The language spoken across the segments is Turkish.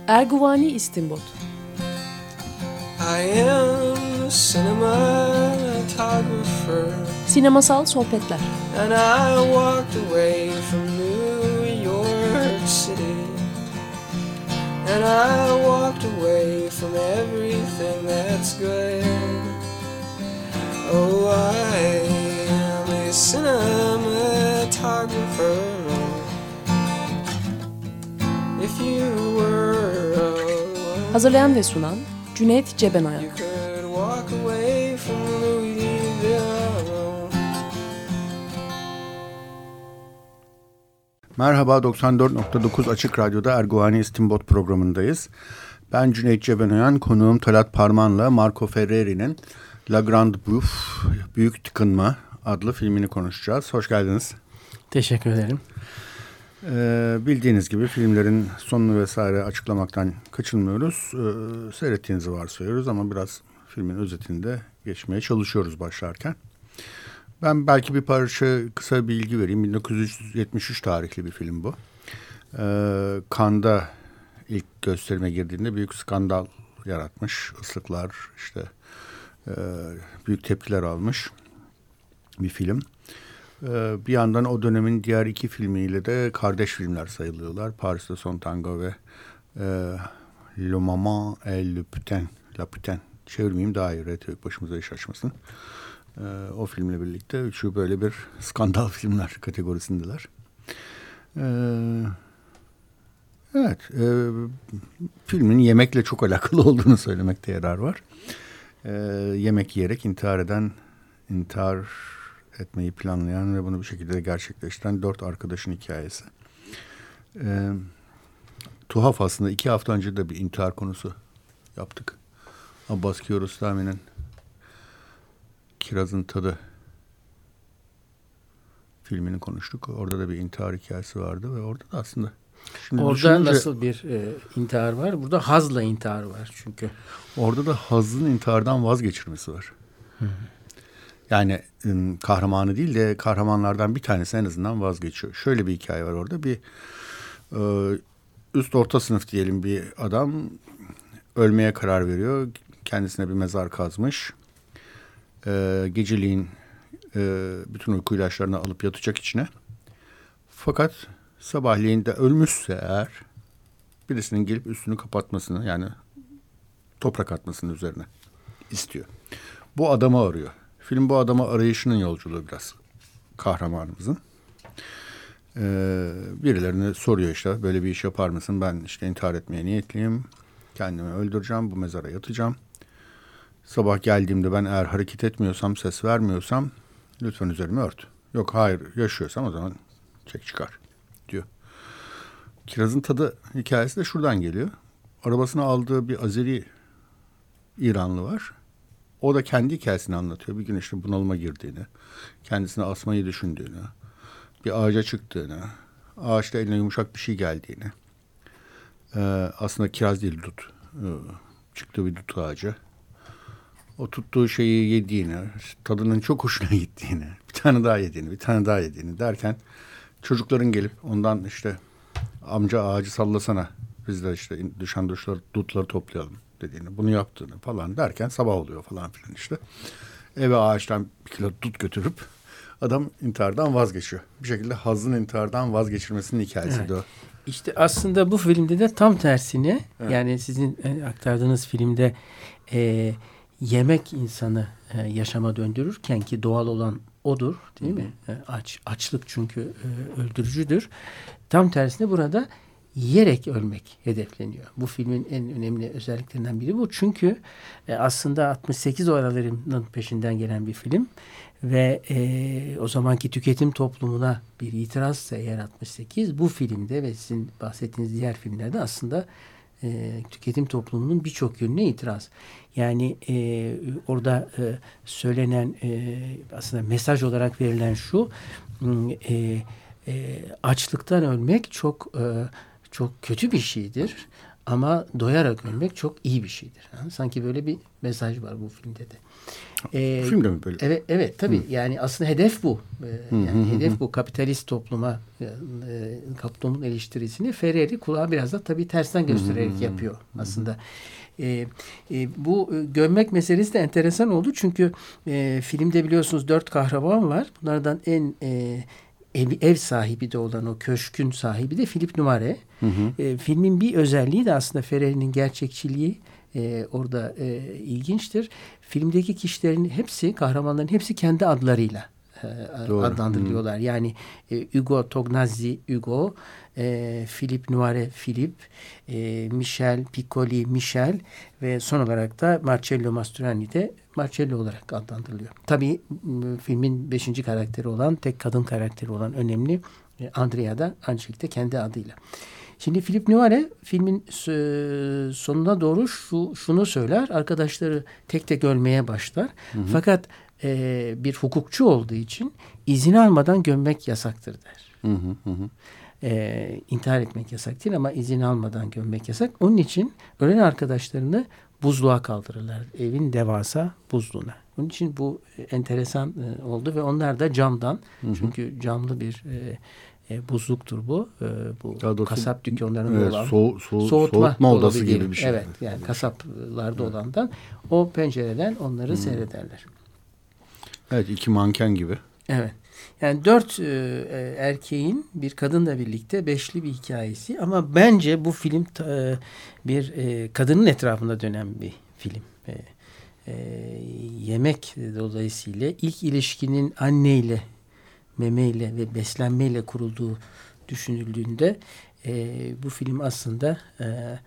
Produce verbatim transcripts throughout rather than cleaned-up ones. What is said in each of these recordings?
Erguvani İstinbot. I am a cinematographer. Sinemasal sohbetler. And I walked away from New York City. And I walked away from everything that's good. Oh, I am a cinematographer. If you were alone, hazırlayan ve sunan Cüneyt Cebenayak. you could walk away from Louisville alone. Merhaba, doksan dört nokta dokuz Açık Radyo'da Erguvani İstinbot programındayız. Ben Cüneyt Cebenayan, konuğum Talat Parman'la Marco Ferreri'nin La Grande Bouffe, Büyük Tıkınma adlı filmini konuşacağız. Hoş geldiniz. Teşekkür ederim. Ee, bildiğiniz gibi filmlerin sonunu vesaire açıklamaktan kaçınmıyoruz. Ee, seyrettiğinizi varsayıyoruz ama biraz filmin özetinde geçmeye çalışıyoruz başlarken. Ben belki bir parça kısa bilgi vereyim. bin dokuz yüz yetmiş üç tarihli bir film bu. Ee, Cannes'da ilk gösterime girdiğinde büyük skandal yaratmış. Islıklar, işte e, büyük tepkiler almış bir film. Ee, bir yandan o dönemin diğer iki filmiyle de kardeş filmler sayılıyorlar. Paris'te Son Tango ve e, Le Maman et le Putain, La Putain. Çevirmeyeyim daha iyi, R T V başımıza iş açmasın. Ee, o filmle birlikte üçü böyle bir skandal filmler kategorisindeler. Ee, evet, e, filmin yemekle çok alakalı olduğunu söylemekte yarar var. Ee, yemek yiyerek intihar eden, intihar etmeyi planlayan ve bunu bir şekilde gerçekleştiren dört arkadaşın hikayesi. Ee, tuhaf aslında, iki hafta önce de bir intihar konusu yaptık. Abbas Kiarostami'nin Kirazın Tadı filmini konuştuk. Orada da bir intihar hikayesi vardı ve orada da aslında şimdi orada düşününce, nasıl bir e, intihar var? Burada hazla intihar var çünkü. orada da hazın intihardan vazgeçirmesi var. Hı. Yani ım, kahramanı değil de kahramanlardan bir tanesi en azından vazgeçiyor. Şöyle bir hikaye var orada. Bir e, üst orta sınıf diyelim bir adam ölmeye karar veriyor. Kendisine bir mezar kazmış. E, geceliğin e, bütün uyku ilaçlarını alıp yatacak içine. Fakat sabahleyin de ölmüşse eğer birisinin gelip üstünü kapatmasını, yani toprak atmasını üzerine istiyor. Bu adamı arıyor. Film bu adamı arayışının yolculuğu biraz kahramanımızın. Ee, birilerine soruyor işte, böyle bir iş yapar mısın? Ben işte intihar etmeye niyetliyim. Kendimi öldüreceğim, bu mezara yatacağım. Sabah geldiğimde ben eğer hareket etmiyorsam, ses vermiyorsam lütfen üzerimi ört. Yok hayır, yaşıyorsam o zaman çek çıkar diyor. Kirazın Tadı hikayesi de şuradan geliyor. Arabasına aldığı bir Azeri İranlı var. O da kendi hikayesini anlatıyor. Bir gün işte bunalıma girdiğini, kendisine asmayı düşündüğünü, bir ağaca çıktığını, ağaçta eline yumuşak bir şey geldiğini, ee, aslında kiraz değil dut, ee, çıktığı bir dut ağacı, o tuttuğu şeyi yediğini, tadının çok hoşuna gittiğini, bir tane daha yediğini, bir tane daha yediğini derken çocukların gelip ondan işte amca ağacı sallasana, biz de işte düşen duşları, dutları toplayalım dediğini, bunu yaptığını falan derken sabah oluyor falan filan işte. Eve ağaçtan bir kilo dut götürüp adam intihardan vazgeçiyor. Bir şekilde hazın intihardan vazgeçirmesinin hikayesi Evet. de o. İşte aslında bu filmde de tam tersine, Evet. yani sizin e, aktardığınız filmde e, yemek insanı e, yaşama döndürürken ki doğal olan odur, değil mi? E, aç açlık çünkü e, öldürücüdür. Tam tersine burada yiyerek ölmek hedefleniyor. Bu filmin en önemli özelliklerinden biri bu. Çünkü e, aslında altmış sekiz oralarının peşinden gelen bir film ve e, o zamanki tüketim toplumuna bir itirazsa eğer altmış sekiz, bu filmde ve sizin bahsettiğiniz diğer filmlerde aslında e, tüketim toplumunun birçok yönüne itiraz. Yani e, orada e, söylenen e, aslında mesaj olarak verilen şu, e, e, açlıktan ölmek çok e, çok kötü bir şeydir. ama doyarak ölmek çok iyi bir şeydir. Ha? Sanki böyle bir mesaj var bu filmde de. Ee, Filmde mi böyle? Evet, evet tabii. Hı. Yani aslında hedef bu. Ee, yani hı, hedef hı. bu. Kapitalist topluma, e, toplumun eleştirisini Ferreri kulağa biraz da tabii tersten göstererek hı, yapıyor aslında. Hı. E, e, bu e, gömmek meselesi de enteresan oldu. Çünkü e, filmde biliyorsunuz dört kahraman var. Bunlardan en e, ev, ev sahibi de olan o köşkün sahibi de Philippe Noiret. Hı hı. E, filmin bir özelliği de aslında Ferreri'nin gerçekçiliği. Ee, orada e, ilginçtir. Filmdeki kişilerin hepsi, kahramanların hepsi kendi adlarıyla e, adlandırılıyorlar. Hmm. Yani e, Hugo Tognazzi, Hugo, e, Philippe Noiret, Philippe, e, Michel Piccoli, Michel ve son olarak da Marcello Mastroianni de Marcello olarak adlandırılıyor. Tabii filmin beşinci karakteri olan, tek kadın karakteri olan önemli e, Andrea da aynı şekilde kendi adıyla. Şimdi Philippe Noiret filmin sonuna doğru şu şunu söyler. Arkadaşları tek tek ölmeye başlar. Hı hı. Fakat e, bir hukukçu olduğu için izin almadan gömmek yasaktır der. Hı hı hı. E, intihar etmek yasak değil ama izin almadan gömmek yasak. Onun için ölen arkadaşlarını buzluğa kaldırırlar. Evin devasa buzluğuna. Onun için bu enteresan e, oldu ve onlar da camdan, hı hı. çünkü camlı bir e, E, buzluktur bu. E, bu doğrusu, kasap dükkanlarında evet, olan soğu, soğu, soğutma, soğutma odası gibi bir şey. Evet. Yani kasaplarda evet. olandan o pencereden onları hmm. seyrederler. Evet. iki manken gibi. Evet. Yani dört e, erkeğin bir kadınla birlikte beşli bir hikayesi ama bence bu film e, bir e, kadının etrafında dönen bir film. E, e, yemek dolayısıyla ilk ilişkinin anneyle, memeyle ve beslenmeyle kurulduğu düşünüldüğünde e, bu film aslında e,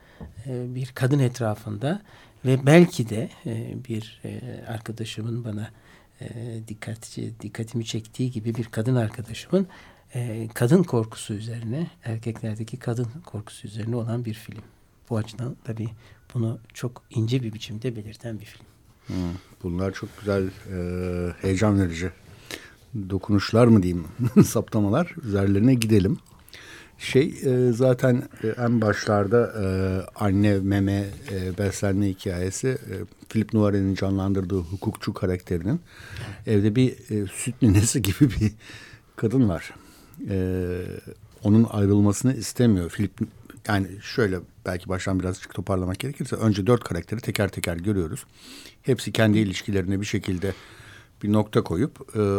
e, bir kadın etrafında ve belki de e, bir e, arkadaşımın bana e, dikkatçi, dikkatimi çektiği gibi bir kadın arkadaşımın e, kadın korkusu üzerine, erkeklerdeki kadın korkusu üzerine olan bir film. Bu açıdan tabii bunu çok ince bir biçimde belirten bir film. Hmm, bunlar çok güzel, e, heyecan verici dokunuşlar mı diyeyim, saptamalar, üzerlerine gidelim. Şey e, zaten e, en başlarda e, anne meme e, beslenme hikayesi e, Philippe Noiret'in canlandırdığı hukukçu karakterinin evde bir e, süt ninesi gibi bir kadın var. E, onun ayrılmasını istemiyor. Philippe, yani şöyle belki baştan birazcık toparlamak gerekirse önce dört karakteri teker teker görüyoruz. Hepsi kendi ilişkilerine bir şekilde bir nokta koyup e,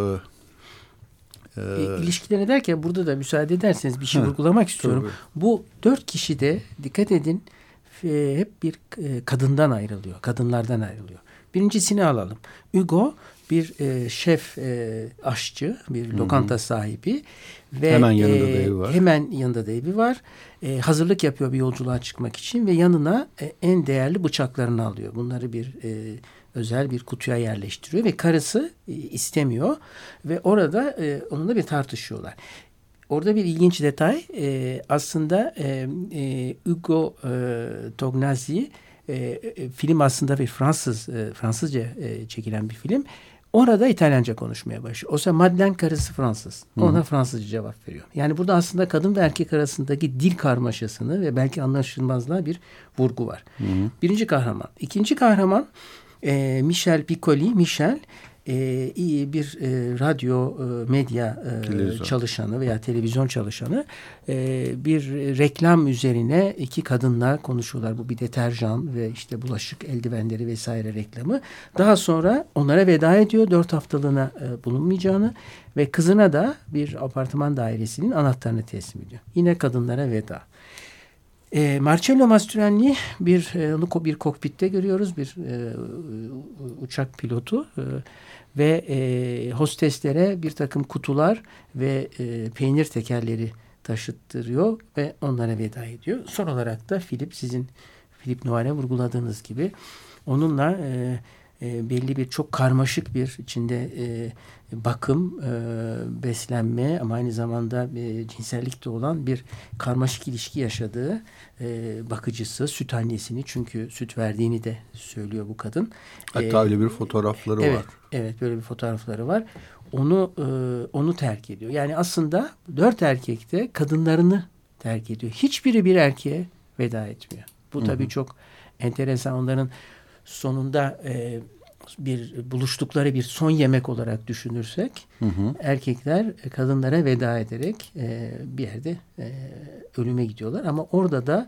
E, ilişkilerine derken burada da müsaade ederseniz bir şey vurgulamak istiyorum. Tabii. Bu dört kişi de dikkat edin e, hep bir e, kadından ayrılıyor. Kadınlardan ayrılıyor. Birincisini alalım. Hugo bir e, şef e, aşçı, bir lokanta Hı-hı. sahibi ve hemen yanında e, da evi var. Hemen yanında da evi var. E, hazırlık yapıyor bir yolculuğa çıkmak için ve yanına e, en değerli bıçaklarını alıyor. Bunları bir e, özel bir kutuya yerleştiriyor ve karısı e, istemiyor ve orada e, onunla bir tartışıyorlar. Orada bir ilginç detay e, aslında e, e, Hugo e, Tognazzi e, e, film aslında bir Fransız e, Fransızca e, çekilen bir film. Orada İtalyanca konuşmaya başlıyor. Oysa Madeleine karısı Fransız. Ona Hı-hı. Fransızca cevap veriyor. Yani burada aslında kadın ve erkek arasındaki dil karmaşasını ve belki anlaşılmazlığa bir vurgu var. Hı-hı. Birinci kahraman. İkinci kahraman e, Michel Piccoli. Michel e, iyi bir e, radyo e, medya e, çalışanı veya televizyon çalışanı. E, bir reklam üzerine iki kadınla konuşuyorlar. Bu bir deterjan ve işte bulaşık eldivenleri vesaire reklamı. Daha sonra onlara veda ediyor. Dört haftalığına e, bulunmayacağını ve kızına da bir apartman dairesinin anahtarını teslim ediyor. Yine kadınlara veda. E, Marcello Mastroianni bir e, onu bir kokpitte görüyoruz, bir e, uçak pilotu e, ve e, hosteslere bir takım kutular ve e, peynir tekerleri taşıttırıyor ve onlara veda ediyor. Son olarak da Philip, sizin Philippe Noiret'e vurguladığınız gibi onunla e, e, belli bir çok karmaşık bir içinde e, bakım, e, beslenme ama aynı zamanda e, cinsellik de olan bir karmaşık ilişki yaşadığı e, bakıcısı, süt annesini, çünkü süt verdiğini de söylüyor bu kadın. Hatta e, öyle bir fotoğrafları evet, var. Evet, böyle bir fotoğrafları var. Onu e, onu terk ediyor. Yani aslında dört erkek de kadınlarını terk ediyor. Hiçbiri bir erkeğe veda etmiyor. Bu Hı hı. tabii çok enteresan. Onların sonunda e, bir buluştukları bir son yemek olarak düşünürsek Hı hı. erkekler kadınlara veda ederek e, bir yerde e, ölüme gidiyorlar. Ama orada da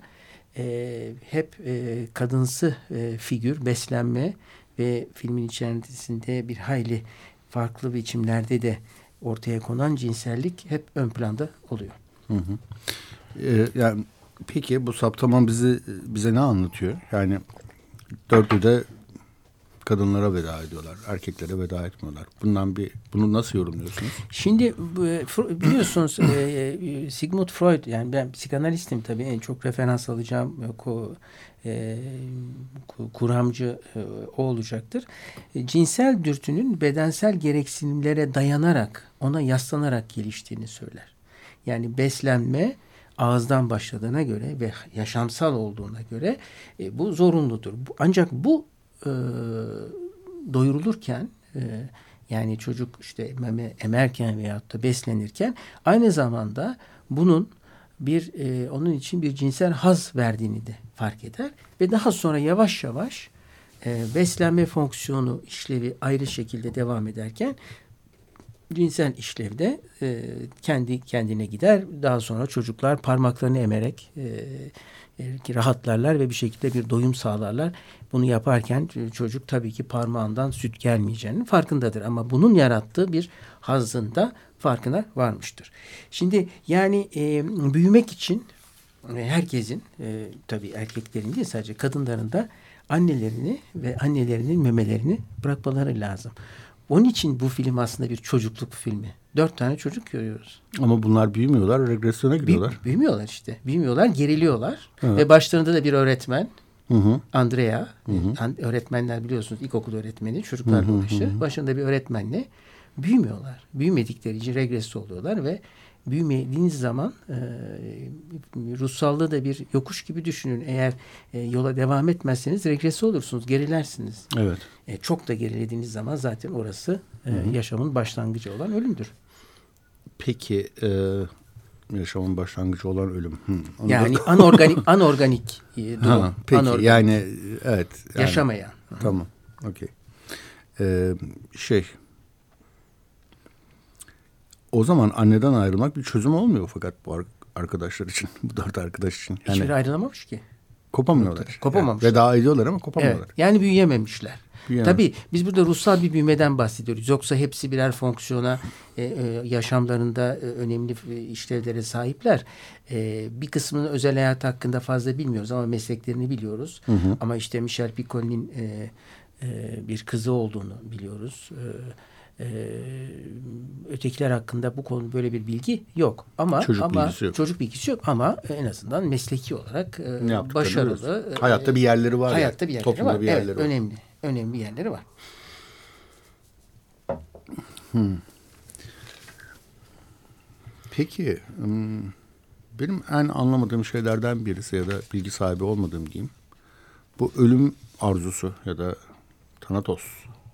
e, hep e, kadınsı e, figür, beslenme ve filmin içerisinde bir hayli farklı biçimlerde de ortaya konan cinsellik hep ön planda oluyor. Hı hı. Ee, yani peki bu saptama bizi bize ne anlatıyor? Yani dörtlü de kadınlara veda ediyorlar, erkeklere veda etmiyorlar. Bundan bir bunu nasıl yorumluyorsunuz? Şimdi biliyorsunuz e, Sigmund Freud, yani ben psikanalistim tabii, en çok referans alacağım ko, e, kuramcı e, o olacaktır. E, cinsel dürtünün bedensel gereksinimlere dayanarak, ona yaslanarak geliştiğini söyler. Yani beslenme ağızdan başladığına göre ve yaşamsal olduğuna göre e, bu zorunludur. Bu, ancak bu e, doyurulurken e, yani çocuk işte meme emerken veyahut da beslenirken aynı zamanda bunun bir e, onun için bir cinsel haz verdiğini de fark eder ve daha sonra yavaş yavaş e, beslenme fonksiyonu işlevi ayrı şekilde devam ederken cinsel işlevde e, kendi kendine gider. Daha sonra çocuklar parmaklarını emerek e, e, rahatlarlar ve bir şekilde bir doyum sağlarlar. Bunu yaparken çocuk tabii ki parmağından süt gelmeyeceğinin farkındadır. Ama bunun yarattığı bir hazzın da farkına varmıştır. Şimdi yani e, büyümek için e, herkesin e, tabii erkeklerin değil sadece kadınların da annelerini ve annelerinin memelerini bırakmaları lazım. Onun için bu film aslında bir çocukluk filmi. Dört tane çocuk görüyoruz. Ama bunlar büyümüyorlar, regresyona gidiyorlar. Büy- büyümüyorlar işte. Büyümüyorlar, geriliyorlar. Evet. Ve başlarında da bir öğretmen, Hı hı. Andrea. Hı hı. An- öğretmenler biliyorsunuz, ilkokul öğretmeni, çocuklarla uğraşır. Başında bir öğretmenle büyümüyorlar. Büyümedikleri için regresi oluyorlar ve büyümediğiniz zaman e, ruhsallığı da bir yokuş gibi düşünün. Eğer e, yola devam etmezseniz regresi olursunuz, gerilersiniz. Evet. E, çok da gerilediğiniz zaman zaten orası e, yaşamın başlangıcı olan ölümdür. Peki e, yaşamın başlangıcı olan ölüm. Hı. Onu Yani da... anorganik anorganik e, durum. Ha, peki Anorganik. yani evet. Yani, Yaşamayan. Tamam. Okey. Ee, şey o zaman anneden ayrılmak bir çözüm olmuyor fakat bu ar- arkadaşlar için, bu dört arkadaş için. Yani Hiçbiri ayrılamamış ki. kopamıyorlar. Kopamamışlar. Yani veda ediyorlar ama kopamıyorlar. Evet, yani büyüyememişler. Büyüyemem. Tabii biz burada ruhsal bir büyümeden bahsediyoruz. Yoksa hepsi birer fonksiyona e, e, yaşamlarında e, önemli e, işlevlere sahipler. E, bir kısmının özel hayat hakkında fazla bilmiyoruz ama mesleklerini biliyoruz. Hı hı. Ama işte Michel Piccol'in e, e, bir kızı olduğunu biliyoruz. E, e, ötekiler hakkında bu konu böyle bir bilgi yok. Ama Çocuk ama bilgisi yok. çocuk bilgisi yok ama en azından mesleki olarak e, Ne yaptıklarını başarılı. biliyoruz. e, Hayatta bir yerleri var. Hayatta yani. bir yerleri Toplumda var. bir yerleri evet, var. önemli. Önemli yerleri var. Hmm. Peki hmm, benim en anlamadığım şeylerden birisi ya da bilgi sahibi olmadığım diyeyim. Bu ölüm arzusu ya da Thanatos.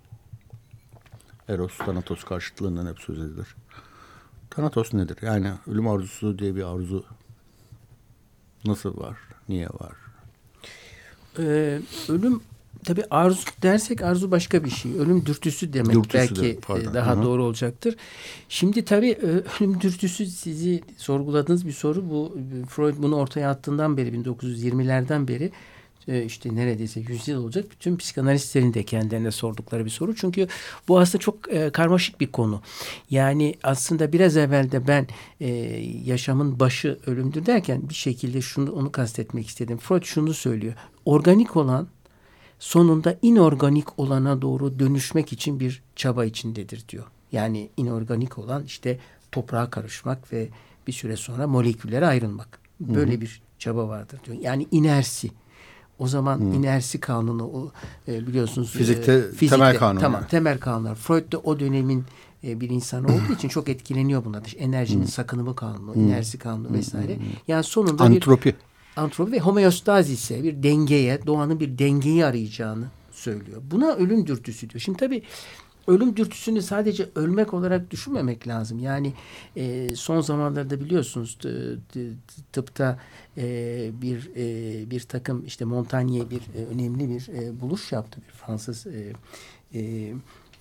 Eros, Thanatos karşıtlığından hep söz edilir. Thanatos nedir? Yani ölüm arzusu diye bir arzu nasıl var? Niye var? Ee, ölüm tabii arzu dersek arzu başka bir şey. Ölüm dürtüsü demek Dürtüsü belki de, pardon. e, daha Hı hı. doğru olacaktır. Şimdi tabii e, ölüm dürtüsü sizi sorguladığınız bir soru. Bu Freud bunu ortaya attığından beri bin dokuz yüz yirmilerden beri e, işte neredeyse yüz yıl olacak. Bütün psikanalistlerin de kendilerine sordukları bir soru. Çünkü bu aslında çok e, karmaşık bir konu. Yani aslında biraz evvel de ben e, yaşamın başı ölümdür derken bir şekilde şunu onu kastetmek istedim. Freud şunu söylüyor. Organik olan sonunda inorganik olana doğru dönüşmek için bir çaba içindedir diyor. Yani inorganik olan işte toprağa karışmak ve bir süre sonra moleküllere ayrılmak. Böyle Hı-hı. bir çaba vardır diyor. Yani inersi. O zaman Hı. inersi kanunu o e, biliyorsunuz fizikte, e, fizikte temel kanunu. Tamam, temel kanunlar. Freud de o dönemin e, bir insanı olduğu için çok etkileniyor bunlar. İşte enerjinin Hı. sakınımı kanunu, Hı. inersi kanunu vesaire. Hı. Yani sonunda antropi. bir antropi ve homeostazise bir dengeye, doğanın bir dengeyi arayacağını söylüyor. Buna ölüm dürtüsü diyor. Şimdi tabii ölüm dürtüsünü sadece ölmek olarak düşünmemek lazım. Yani e, son zamanlarda biliyorsunuz tıpta e, bir e, bir takım işte Montaigne bir e, önemli bir e, buluş yaptı, bir Fransız e, e,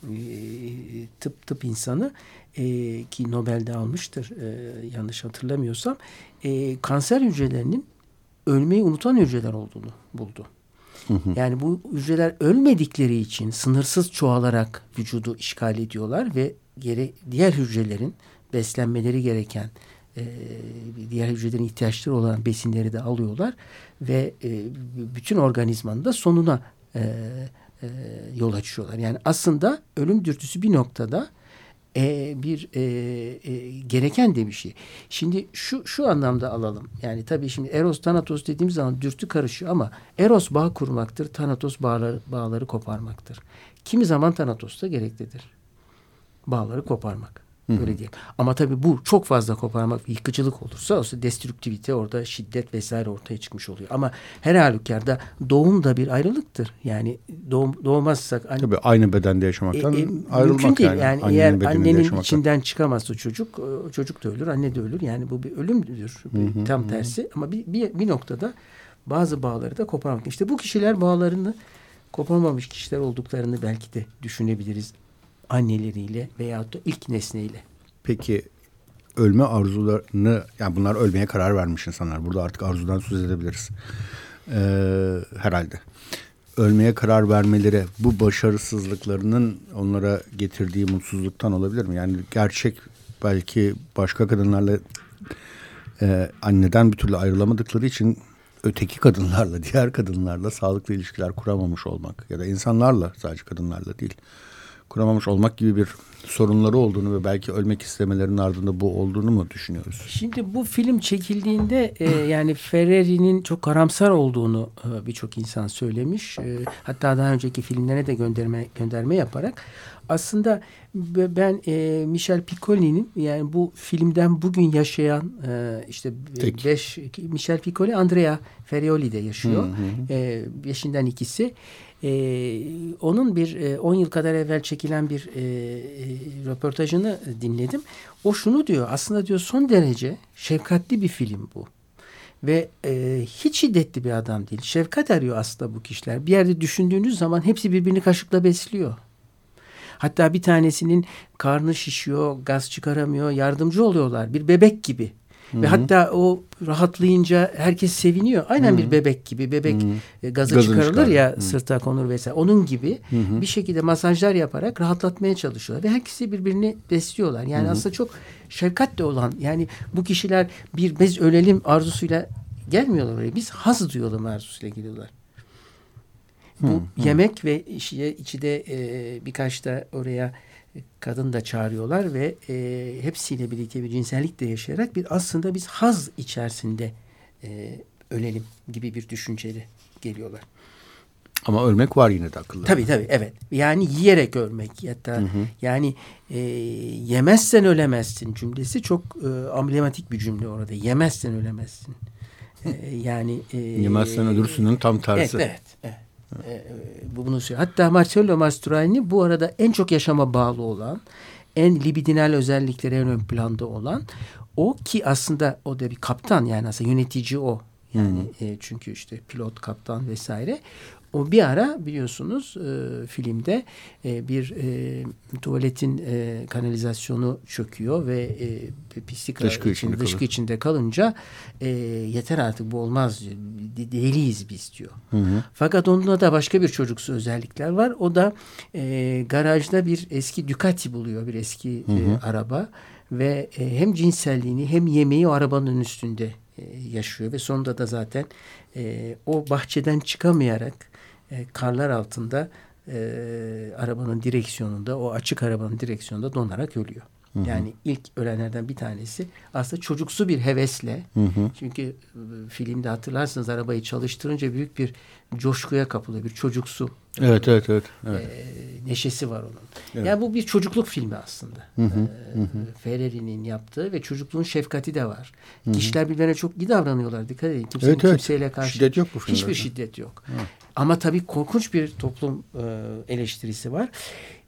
tıp tıp insanı e, ki Nobel'de almıştır e, yanlış hatırlamıyorsam, e, kanser hücrelerinin ölmeyi unutan hücreler olduğunu buldu. Hı hı. Yani bu hücreler ölmedikleri için sınırsız çoğalarak vücudu işgal ediyorlar ve geri diğer hücrelerin beslenmeleri gereken, e, diğer hücrelerin ihtiyaçları olan besinleri de alıyorlar ve e, bütün organizmanın da sonuna e, e, yol açıyorlar. Yani aslında ölüm dürtüsü bir noktada e, bir e, e, gereken de bir şey. Şimdi şu şu anlamda alalım. Yani tabii şimdi Eros Thanatos dediğimiz zaman dürtü karışıyor ama Eros bağ kurmaktır, Thanatos bağları, bağları koparmaktır. Kimi zaman Thanatos da gereklidir. Bağları koparmak. Öyle diyelim. Ama tabii bu çok fazla koparmak, yıkıcılık olursa, olsa destrüktivite, orada şiddet vesaire ortaya çıkmış oluyor. Ama her halükarda doğum da bir ayrılıktır. Yani doğum, doğmazsak... Anne, tabii aynı bedende yaşamaktan e, e, ayrılmak mümkün değil. yani. Yani Annenin eğer annenin yaşamaktan. içinden çıkamazsa çocuk, çocuk da ölür, anne de ölür. Yani bu bir ölümdür. Hı hı, tam hı. tersi. Ama bir, bir, bir noktada bazı bağları da koparmak. İşte bu kişiler bağlarını koparmamış kişiler olduklarını belki de düşünebiliriz. Anneleriyle veyahut da ilk nesneyle. Peki ölme arzularını, yani bunlar ölmeye karar vermiş insanlar. Burada artık arzudan söz edebiliriz. Ee, herhalde. Ölmeye karar vermeleri bu başarısızlıklarının onlara getirdiği mutsuzluktan olabilir mi? Yani gerçek belki başka kadınlarla e, anneden bir türlü ayrılamadıkları için öteki kadınlarla, diğer kadınlarla sağlıklı ilişkiler kuramamış olmak ya da insanlarla, sadece kadınlarla değil, kuramamış olmak gibi bir sorunları olduğunu ve belki ölmek istemelerinin ardında bu olduğunu mu düşünüyoruz? Şimdi bu film çekildiğinde e, yani Ferreri'nin çok karamsar olduğunu e, birçok insan söylemiş. E, hatta daha önceki filmlerine de gönderme gönderme yaparak aslında ben e, Michel Piccoli'nin, yani bu filmden bugün yaşayan e, işte Peki. beş Michel Piccoli, Andrea Ferrioli'de yaşıyor. Hı hı. E, beşinden ikisi. Ee, onun bir on yıl kadar evvel çekilen bir e, e, röportajını dinledim. O şunu diyor, aslında diyor son derece şefkatli bir film bu. Ve e, hiç şiddetli bir adam değil. Şefkat arıyor aslında bu kişiler. Bir yerde düşündüğünüz zaman hepsi birbirini kaşıkla besliyor. Hatta bir tanesinin karnı şişiyor, gaz çıkaramıyor, yardımcı oluyorlar. Bir bebek gibi. Hı-hı. Ve hatta o rahatlayınca herkes seviniyor. Aynen Hı-hı. bir bebek gibi. Bebek Hı-hı. gazı Gazını çıkarılır çıkar. ya Hı-hı. sırta konur vesaire. Onun gibi Hı-hı. bir şekilde masajlar yaparak rahatlatmaya çalışıyorlar. Ve herkesi birbirini besliyorlar. Yani Hı-hı. aslında çok şefkatle olan, yani bu kişiler bir biz ölelim arzusuyla gelmiyorlar oraya. Biz haz duyalım arzusuyla geliyorlar. Bu Hı-hı. yemek ve işe, içi de e, birkaç da oraya kadın da çağırıyorlar ve e, hepsiyle birlikte bir cinsellik de yaşayarak bir aslında biz haz içerisinde e, ölelim gibi bir düşünceli geliyorlar. Ama ölmek var yine de akıllarında. Tabii tabii evet. Yani yiyerek ölmek, hatta hı hı. yani e, yemezsen ölemezsin cümlesi çok e, amblematik bir cümle orada. Yemezsen ölemezsin. E, yani e, yemezsen ölürsünün tam tersi. Evet, evet. evet. Ee, bu bunu söylüyor. Hatta Marcello Mastroianni bu arada en çok yaşama bağlı olan, en libidinal özellikleri en ön planda olan o, ki aslında o da bir kaptan, yani aslında yönetici o. Yani e, çünkü işte pilot, kaptan vesaire. O bir ara biliyorsunuz e, filmde e, bir e, tuvaletin e, kanalizasyonu çöküyor ve e, pislik dışkı içinde, dışkı içinde kalınca e, yeter artık bu olmaz, deliyiz biz diyor. Hı hı. Fakat onda da başka bir çocuksu özellikler var. O da e, garajda bir eski Ducati buluyor, bir eski hı hı. E, araba ve e, hem cinselliğini hem yemeği o arabanın üstünde e, yaşıyor ve sonunda da zaten e, o bahçeden çıkamayarak E, karlar altında e, arabanın direksiyonunda, o açık arabanın direksiyonunda donarak ölüyor. Hı hı. Yani ilk ölenlerden bir tanesi aslında çocuksu bir hevesle. Hı hı. Çünkü e, filmde hatırlarsınız arabayı çalıştırınca büyük bir coşkuya kapılıyor. Bir çocuksu evet, evet, evet, evet. E, neşesi var onun. Evet. Yani bu bir çocukluk filmi aslında. Hı hı. E, hı hı. Ferreri'nin yaptığı ve çocukluğun şefkati de var. Hı hı. Kişiler birbirine çok iyi davranıyorlar. Dikkat edin. Kimsenin evet, evet. kimseyle karşı şiddet yok bu filmde. Hiçbir şiddet yok. Hı. Ama tabii korkunç bir toplum e, eleştirisi var.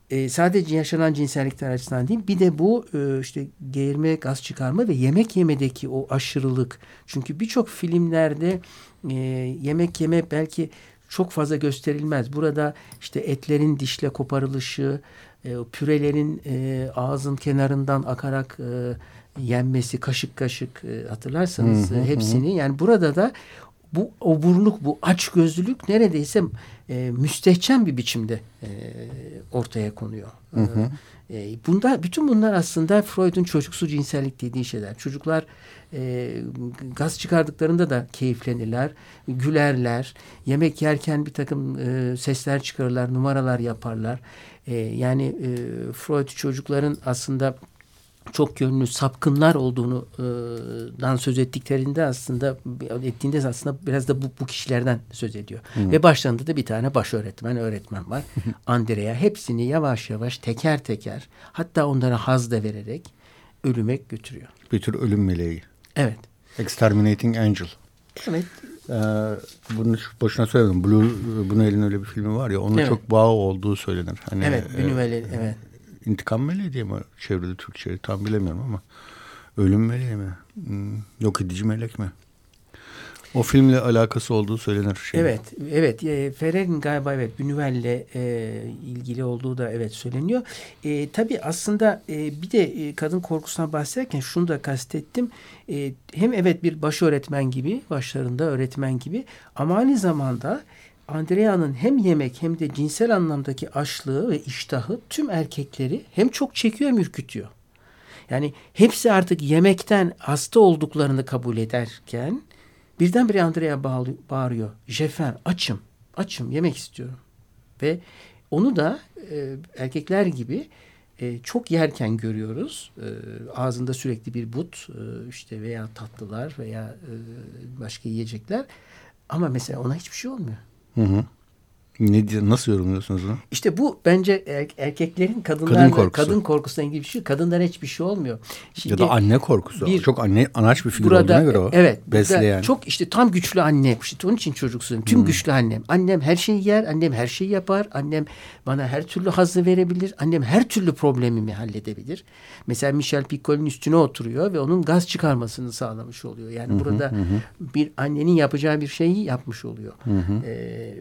e, sadece yaşanan cinsellikler açısından değil, bir de bu e, işte geğirme, gaz çıkarma ve yemek yemedeki o aşırılık. Çünkü birçok filmlerde e, yemek yeme belki çok fazla gösterilmez. Burada işte etlerin dişle koparılışı, e, pürelerin e, ağzın kenarından akarak e, yenmesi, kaşık kaşık e, hatırlarsanız hı hı, hepsini. Yani burada da bu oburluk, bu açgözlülük neredeyse e, müstehcen bir biçimde e, ortaya konuyor. Hı hı. E, bunda bütün bunlar aslında Freud'un çocuksu cinsellik dediği şeyler. Çocuklar e, gaz çıkardıklarında da keyiflenirler, gülerler. Yemek yerken bir takım e, sesler çıkarırlar, numaralar yaparlar. E, yani e, Freud çocukların aslında çok yönlü sapkınlar olduğunu e, dan söz ettiklerinde aslında ettiğinde aslında biraz da bu, bu kişilerden söz ediyor. Hı. Ve başlarında da bir tane baş öğretmen öğretmen var. Andrea hepsini yavaş yavaş teker teker, hatta onlara haz da vererek ölüme götürüyor. Bir tür ölüm meleği. Evet. Exterminating Angel. Evet. Ee, bunu boşuna söylemedim. Blue Buñuel'in öyle bir filmi var ya, onun evet. çok bağı olduğu söylenir. Hani, evet. Buñuel'in e, evet. İntikam meleği diye mi çevrede Türkçe, tam bilemiyorum ama ölüm meleği mi? Hmm, yok edici melek mi? O filmle alakası olduğu söylenir. Şey. Evet, evet. E, Ferrer'in galiba evet Buñuel'le e, ilgili olduğu da evet söyleniyor. E, tabii aslında e, bir de e, kadın korkusundan bahsederken şunu da kastettim. E, hem evet bir baş öğretmen gibi, başlarında öğretmen gibi, ama aynı zamanda Andrea'nın hem yemek hem de cinsel anlamdaki açlığı ve iştahı tüm erkekleri hem çok çekiyor hem ürkütüyor. Yani hepsi artık yemekten hasta olduklarını kabul ederken birdenbire Andrea bağırıyor. Jefen, açım, açım, yemek istiyorum. Ve onu da e, erkekler gibi e, çok yerken görüyoruz. E, ağzında sürekli bir but e, işte veya tatlılar veya e, başka yiyecekler. Ama mesela ona hiçbir şey olmuyor. Hı hı. Ne, nasıl yorumluyorsunuz onu? İşte bu bence er, erkeklerin kadınlarla kadın, korkusu. kadın korkusuna ilgili bir şey. Kadınlara hiçbir şey olmuyor. Şimdi ya da anne korkusu. Bir, çok anne anaç bir figür burada, olduğuna göre o. Evet. Besleyen. Çok işte tam güçlü anne. İşte onun için çocuksun. Tüm hmm. güçlü annem. Annem her şeyi yer. Annem her şeyi yapar. Annem bana her türlü hazzı verebilir. Annem her türlü problemimi halledebilir. Mesela Michel Piccol'ün üstüne oturuyor ve onun gaz çıkarmasını sağlamış oluyor. Yani hı-hı, burada hı-hı. bir annenin yapacağı bir şeyi yapmış oluyor. Ee,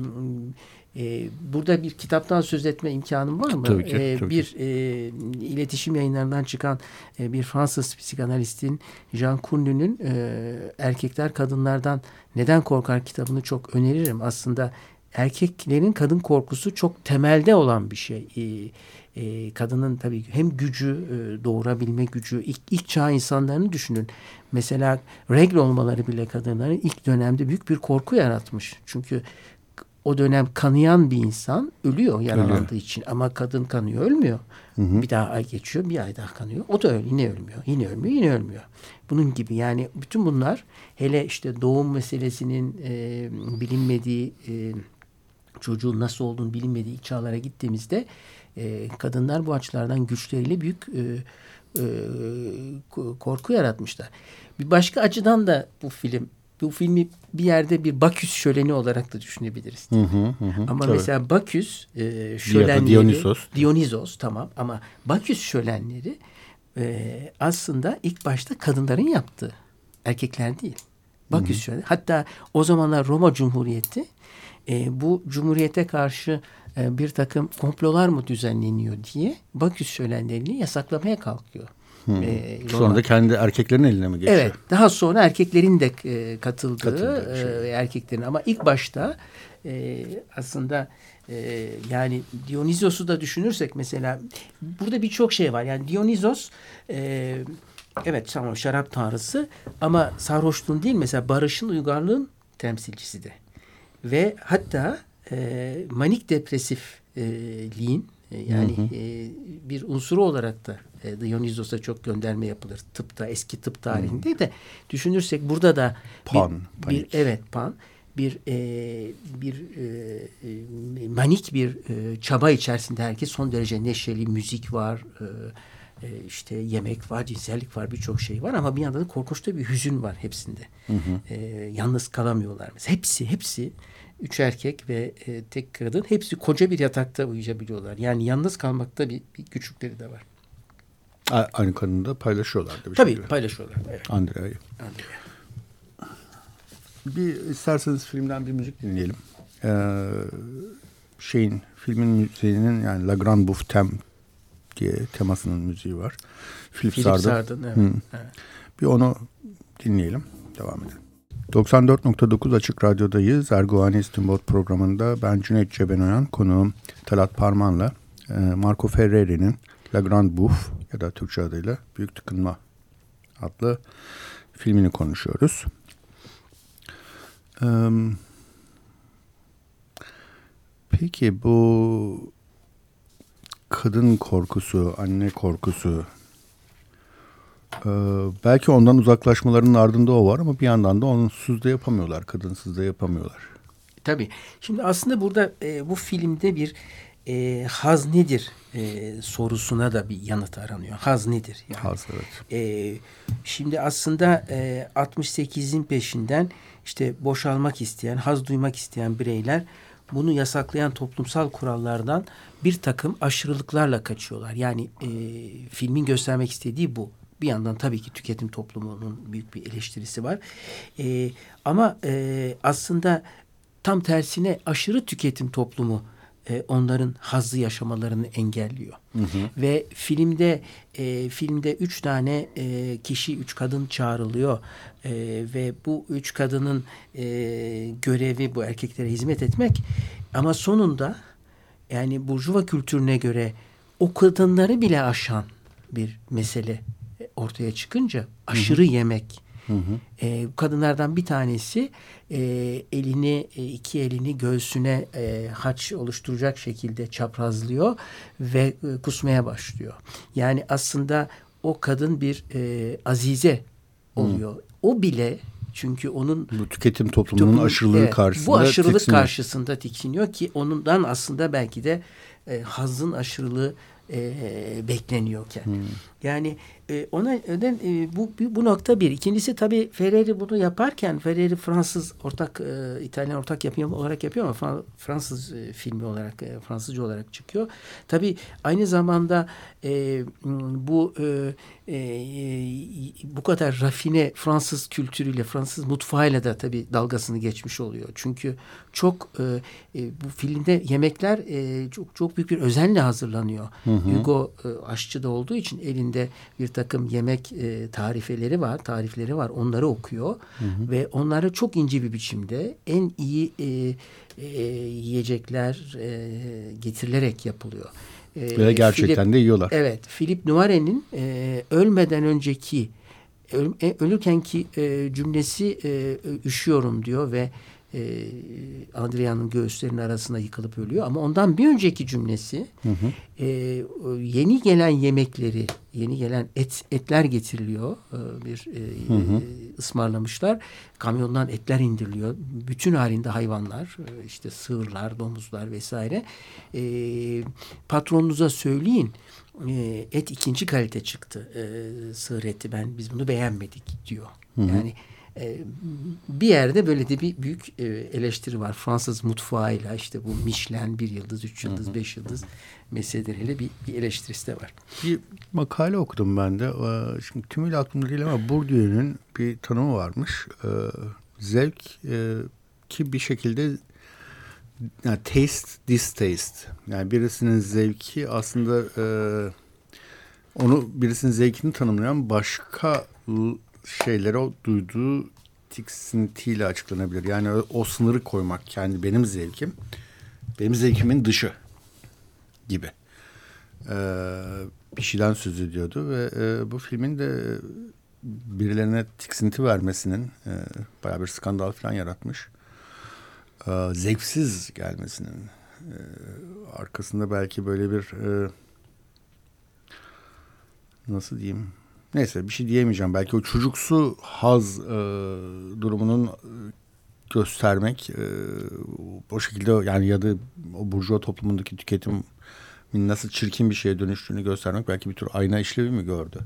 Ee, burada bir kitaptan söz etme imkanım var mı? Tabii ki, ee, tabii bir ki. E, iletişim yayınlarından çıkan e, bir Fransız psikanalistin Jean Courneu'nun e, Erkekler Kadınlardan Neden Korkar kitabını çok öneririm. Aslında erkeklerin kadın korkusu çok temelde olan bir şey. E, e, kadının tabii hem gücü, e, doğurabilme gücü, ilk, ilk çağ insanlarını düşünün. Mesela regl olmaları bile kadınların ilk dönemde büyük bir korku yaratmış. Çünkü o dönem kanayan bir insan ölüyor yaralandığı ölüyor. için. Ama kadın kanıyor, ölmüyor. Hı hı. Bir daha ay geçiyor, bir ay daha kanıyor. O da öyle, yine ölmüyor, yine ölmüyor, yine ölmüyor. Bunun gibi yani bütün bunlar, hele işte doğum meselesinin e, bilinmediği, e, çocuğun nasıl olduğunu bilinmediği ilk çağlara gittiğimizde e, kadınlar bu açılardan güçleriyle büyük e, e, korku yaratmışlar. Bir başka açıdan da bu film Bu filmi bir yerde bir Baküs şöleni olarak da düşünebiliriz. Hı hı hı, ama tabii. mesela Baküs e, şölenleri... Dionysos. Dionysos tamam ama Baküs şölenleri e, aslında ilk başta kadınların yaptığı. Erkekler değil. Baküs hı hı. şöleni. Hatta o zamanlar Roma Cumhuriyeti e, bu Cumhuriyete karşı e, bir takım komplolar mı düzenleniyor diye Baküs şölenlerini yasaklamaya kalkıyor. Hmm. Ee, sonra da kendi erkeklerin eline mi geçiyor? Evet. Daha sonra erkeklerin de e, katıldığı Katıldığı şey. e, erkeklerin ama ilk başta e, aslında e, yani Dionysos'u da düşünürsek mesela burada birçok şey var. Yani Dionysos e, evet tamam şarap tanrısı ama sarhoşluğun değil mesela barışın, uygarlığın temsilcisi de. Ve hatta e, manik depresifliğin e, yani hı hı. E, bir unsuru olarak da e, Dionysos'a çok gönderme yapılır. Tıpta, eski tıp tarihinde hı. de düşünürsek burada da pan, bir, bir evet pan bir e, bir e, manik bir e, çaba içerisinde herkes son derece neşeli, müzik var. E, e, işte yemek var, cinsellik var, birçok şey var ama bir yandan da korkunç da bir hüzün var hepsinde. Hı hı. E, yalnız kalamıyorlar mesela. Hepsi, hepsi üç erkek ve e, tek kadın hepsi koca bir yatakta uyuyabiliyorlar. Yani yalnız kalmakta bir, bir güçlükleri de var. A- aynı kadını da paylaşıyorlardı. Bir Tabii şekilde. paylaşıyorlar. Evet. Andrea'yı. Andrea. Bir isterseniz filmden bir müzik dinleyelim. Ee, şeyin filmin müziğinin yani La Grande Bouffe Theme diye temasının müziği var. Philip, Philip Sardın. Sardın evet. Evet. Bir onu dinleyelim. Devam edelim. doksan dört nokta dokuz Açık Radyo'dayız. Erguvani İstinbot programında ben Cüneyt Cebenoyan, konuğum Talat Parman'la e, Marco Ferreri'nin La Grande Bouffe ya da Türkçe adıyla Büyük Tıkınma adlı filmini konuşuyoruz. Ee, peki bu kadın korkusu, anne korkusu, e, belki ondan uzaklaşmalarının ardında o var ama bir yandan da onsuz da yapamıyorlar, kadınsız da yapamıyorlar. Tabii. Şimdi aslında burada e, bu filmde bir e, haz nedir e, sorusuna da bir yanıt aranıyor. Haz nedir? Yani, Haz, evet. E, şimdi aslında e, altmış sekizin peşinden işte boşalmak isteyen, haz duymak isteyen bireyler bunu yasaklayan toplumsal kurallardan bir takım aşırılıklarla kaçıyorlar. Yani e, filmin göstermek istediği bu. Bir yandan tabii ki tüketim toplumunun büyük bir eleştirisi var. E, ama e, aslında tam tersine aşırı tüketim toplumu e, onların hazzı yaşamalarını engelliyor. Hı hı. Ve filmde e, filmde üç tane e, kişi, üç kadın çağrılıyor e, ve bu üç kadının e, görevi bu erkeklere hizmet etmek. Ama sonunda yani burjuva kültürüne göre o kadınları bile aşan bir mesele ortaya çıkınca aşırı hı hı. yemek. Hı hı. E, kadınlardan bir tanesi e, elini e, iki elini göğsüne e, haç oluşturacak şekilde çaprazlıyor ve e, kusmaya başlıyor. Yani aslında o kadın bir e, azize oluyor. Hı. O bile çünkü onun bu tüketim toplumunun toplum, aşırılığı evet, karşısında bu aşırılık tiksiniyor. karşısında tiksiniyor ki ondan aslında belki de e, hazın aşırılığı e, bekleniyorken. Hmm. Yani e, ona öden e, bu bu nokta bir. İkincisi tabii Ferreri bunu yaparken Ferreri Fransız ortak e, İtalyan ortak yapım olarak yapıyor ama Fransız e, filmi olarak e, Fransızca olarak çıkıyor. Tabii aynı zamanda e, bu e, e, bu kadar rafine Fransız kültürüyle, Fransız mutfağıyla da tabii dalgasını geçmiş oluyor. Çünkü çok e, e, bu filmde yemekler e, çok çok büyük bir özenle hazırlanıyor. Hı hı. Hugo e, aşçı da olduğu için elinde bir takım yemek e, tarifeleri var, tarifleri var. Onları okuyor hı hı. ve onları çok ince bir biçimde en iyi e, e, yiyecekler e, getirilerek yapılıyor. E, ve gerçekten Philip, de yiyorlar. Evet, Philippe Noiret'in e, ölmeden önceki öl, e, ölürkenki e, cümlesi e, üşüyorum diyor ve e, Andrea'nın göğüslerinin arasına yıkılıp ölüyor. Ama ondan bir önceki cümlesi hı hı. E, yeni gelen yemekleri, yeni gelen et etler getiriliyor. E, bir e, hı hı. ısmarlamışlar. Kamyondan etler indiriliyor. Bütün halinde hayvanlar, e, işte sığırlar, domuzlar vesaire. E, patronunuza söyleyin. E, et ikinci kalite çıktı. E, sığır eti ben biz bunu beğenmedik diyor. Hı hı. Yani bir yerde böyle de bir büyük eleştiri var. Fransız mutfağıyla işte bu Michelin bir yıldız, üç yıldız, hı hı. beş yıldız meseleleriyle bir, bir eleştirisi de var. Bir makale okudum ben de. Şimdi tümüyle aklımda değil ama Bourdieu'nun bir tanımı varmış. Zevk ki bir şekilde yani taste, distaste. Yani birisinin zevki aslında onu birisinin zevkini tanımlayan başka şeylere o duyduğu tiksintiyle açıklanabilir. Yani o, o sınırı koymak kendi benim zevkim, benim zevkimin dışı gibi ee, bir şeyden söz ediyordu ve e, bu filmin de birilerine tiksinti vermesinin e, bayağı bir skandal falan yaratmış. E, zevksiz gelmesinin e, arkasında belki böyle bir e, nasıl diyeyim? Neyse bir şey diyemeyeceğim. Belki o çocuksu haz e, durumunun e, göstermek e, o şekilde yani ya da o burjuva toplumundaki tüketim nasıl çirkin bir şeye dönüştüğünü göstermek belki bir tür ayna işlevi mi gördü?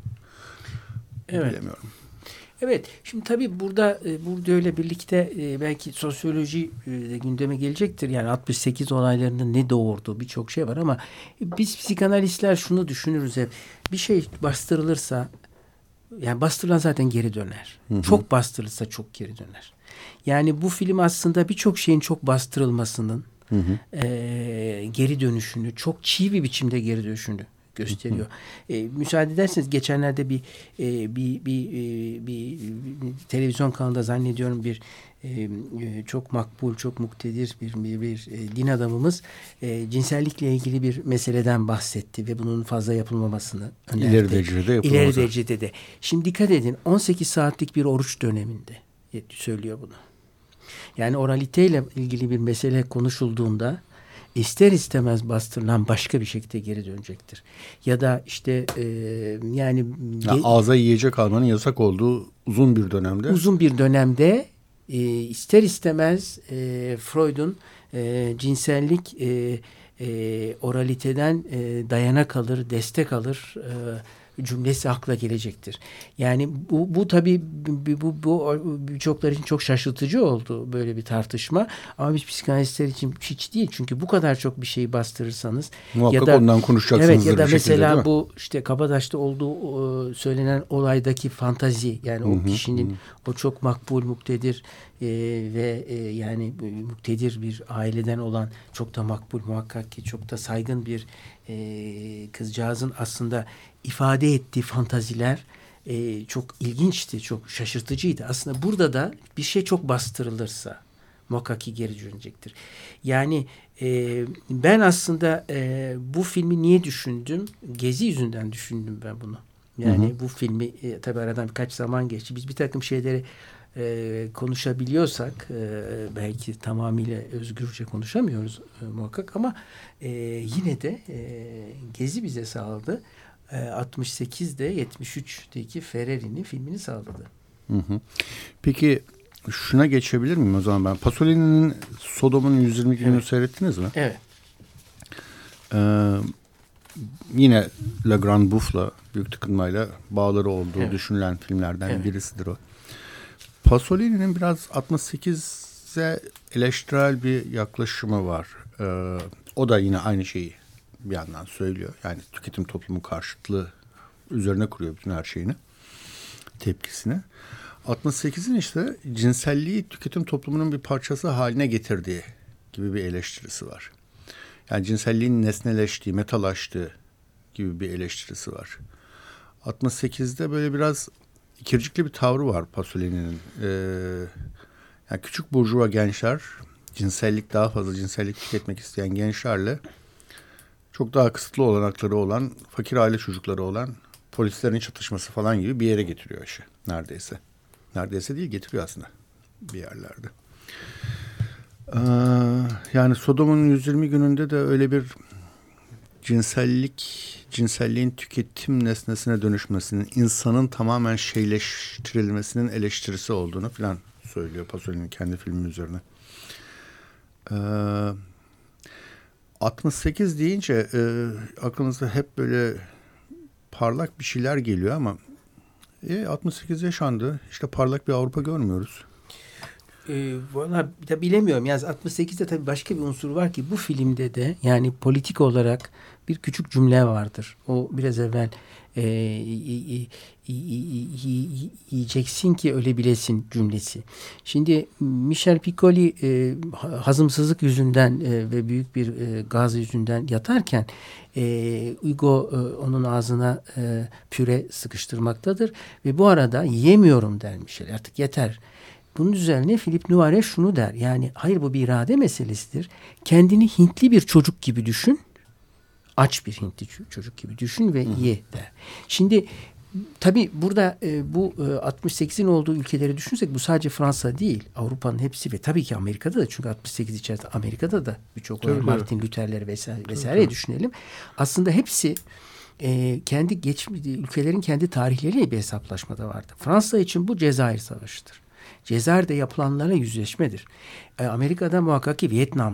Evet. Bilemiyorum. Evet. Şimdi tabii burada burada öyle birlikte belki sosyoloji de gündeme gelecektir. Yani altmış sekiz olaylarının ne doğurduğu birçok şey var ama biz psikanalistler şunu düşünürüz hep. Bir şey bastırılırsa, yani bastırılan zaten geri döner. Hı hı. Çok bastırılırsa çok geri döner. Yani bu film aslında birçok şeyin çok bastırılmasının hı hı. E, geri dönüşünü, çok çiğ bir biçimde geri dönüşünü gösteriyor. Hı hı. E, müsaade ederseniz geçenlerde bir, e, bir, bir, e, bir, bir televizyon kanalında zannediyorum bir e, çok makbul, çok muktedir bir, bir, bir e, din adamımız e, cinsellikle ilgili bir meseleden bahsetti ve bunun fazla yapılmamasını önerdi. İleri derecede yapılmaz. İleri derecede de. Şimdi dikkat edin, on sekiz saatlik bir oruç döneminde söylüyor bunu. Yani oraliteyle ilgili bir mesele konuşulduğunda ister istemez bastırılan başka bir şekilde geri dönecektir. Ya da işte e, yani ya ağza yiyecek almanın yasak olduğu uzun bir dönemde. Uzun bir dönemde e, ister istemez e, Freud'un e, cinsellik e, e, oraliteden e, dayanak alır, destek alır e, cümlesi akla gelecektir. Yani bu, bu tabii bu, bu, bu birçoklar için çok şaşırtıcı oldu böyle bir tartışma. Ama biz psikanalistler için hiç değil. Çünkü bu kadar çok bir şeyi bastırırsanız muhakkak ya da, ondan konuşacaksınız. Evet, ya da mesela şekilde, bu işte Kabataş'ta olduğu e, söylenen olaydaki fantazi, yani o hı hı, kişinin hı. o çok makbul, muktedir e, ve e, yani muktedir bir aileden olan, çok da makbul, muhakkak ki çok da saygın bir e, kızcağızın aslında ifade ettiği fantaziler e, çok ilginçti, çok şaşırtıcıydı. Aslında burada da bir şey çok bastırılırsa muhakkak ki geri dönecektir. Yani e, ben aslında e, bu filmi niye düşündüm? Gezi yüzünden düşündüm ben bunu. Yani hı hı. bu filmi e, tabii aradan birkaç zaman geçti. Biz bir takım şeyleri e, konuşabiliyorsak e, belki tamamıyla özgürce konuşamıyoruz e, muhakkak ama e, yine de e, Gezi bize sağladı. altmış sekizde yetmiş üçteki Ferreri'nin filmini sağladı. Hı hı. Peki şuna geçebilir miyim o zaman ben? Pasolini'nin Sodom'un yüz yirmi gününü evet. seyrettiniz mi? Evet. Ee, yine Le Grand Bouff'la büyük tıkınmayla bağları olduğu evet. düşünülen filmlerden evet. birisidir o. Pasolini'nin biraz altmış sekize eleştirel bir yaklaşımı var. Ee, o da yine aynı şeyi bir yandan söylüyor. Yani tüketim toplumu karşıtlığı üzerine kuruyor bütün her şeyini. Tepkisini. altmış sekizin işte cinselliği tüketim toplumunun bir parçası haline getirdiği gibi bir eleştirisi var. Yani cinselliğin nesneleştiği, metalaştığı gibi bir eleştirisi var. altmış sekizde böyle biraz ikircikli bir tavrı var Pasolini'nin. Ee, yani küçük burjuva gençler, cinsellik daha fazla cinsellik tüketmek isteyen gençlerle çok daha kısıtlı olanakları olan, fakir aile çocukları olan polislerin çatışması falan gibi bir yere getiriyor işi neredeyse. Neredeyse değil, getiriyor aslında bir yerlerde. Ee, yani Sodom'un yüz yirmi gününde de öyle bir cinsellik, cinselliğin tüketim nesnesine dönüşmesinin, insanın tamamen şeyleştirilmesinin eleştirisi olduğunu falan söylüyor Pasolini kendi filmi üzerine. Ee, altmış sekiz deyince e, aklınıza hep böyle parlak bir şeyler geliyor ama e, altmış sekiz yaşandı. İşte parlak bir Avrupa görmüyoruz. E, Valla da bilemiyorum. Yani altmış sekizde tabii başka bir unsur var ki bu filmde de yani politik olarak bir küçük cümle vardır. O biraz evvel e, yiyeceksin ki ölebilesin cümlesi. Şimdi Michel Piccoli e, hazımsızlık yüzünden e, ve büyük bir e, gaz yüzünden yatarken e, Hugo e, onun ağzına e, püre sıkıştırmaktadır ve bu arada yiyemiyorum der Michel, artık yeter. Bunun üzerine Philippe Noiret şunu der. Yani hayır, bu bir irade meselesidir. Kendini Hintli bir çocuk gibi düşün. Aç bir Hintli çocuk gibi düşün ve ye der. Şimdi tabii burada e, bu e, altmış sekizin olduğu ülkeleri düşünsek bu sadece Fransa değil. Avrupa'nın hepsi ve tabii ki Amerika'da da, çünkü altmış sekiz içerisinde Amerika'da da birçok Martin Luther'leri vesaire vesaire düşünelim. Aslında hepsi e, kendi geç ülkelerin kendi tarihleriyle bir hesaplaşmada vardı. Fransa için bu Cezayir Savaşı'dır. Cezayir'de yapılanlara yüzleşmedir. E, Amerika'da muhakkak ki Vietnam'dı.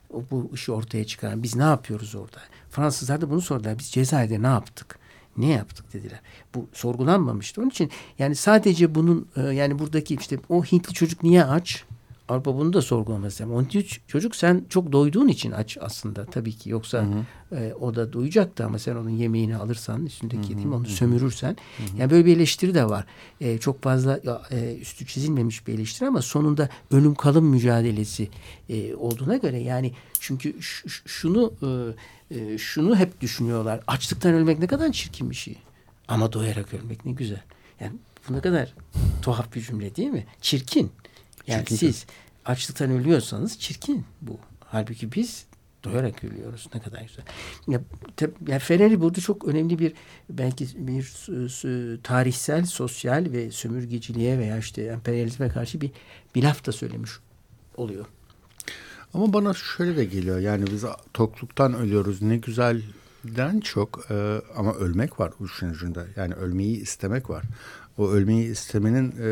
bu işi ortaya çıkaran. Biz ne yapıyoruz orada? Fransızlar da bunu sordular. Biz Cezayir'de ne yaptık? Ne yaptık dediler. Bu sorgulanmamıştı. Onun için yani sadece bunun yani buradaki işte o Hintli çocuk niye aç? Avrupa bunu da sorgulaması lazım. Onun için çocuk sen çok doyduğun için aç aslında tabii ki. Yoksa hı hı. E, o da doyacaktı ama sen onun yemeğini alırsan üstündeki değil mi onu sömürürsen. Hı hı. Yani böyle bir eleştiri de var. E, çok fazla e, üstü çizilmemiş bir eleştiri ama sonunda ölüm kalım mücadelesi e, olduğuna göre yani çünkü ş- şunu e, şunu hep düşünüyorlar. Açlıktan ölmek ne kadar çirkin bir şey. Ama doyarak ölmek ne güzel. Yani bu ne kadar tuhaf bir cümle değil mi? Çirkin. Yani çirkin siz mi? Açlıktan ölüyorsanız çirkin bu. Halbuki biz doyarak ölüyoruz. Ne kadar güzel. Ya, te, ya Ferreri burada çok önemli bir belki bir s- tarihsel, sosyal ve sömürgeciliğe veya işte emperyalizme karşı bir, bir laf da söylemiş oluyor. Ama bana şöyle de geliyor. Yani biz tokluktan ölüyoruz. Ne güzelden çok e, ama ölmek var uçun ucunda. Yani ölmeyi istemek var. O ölmeyi istemenin e,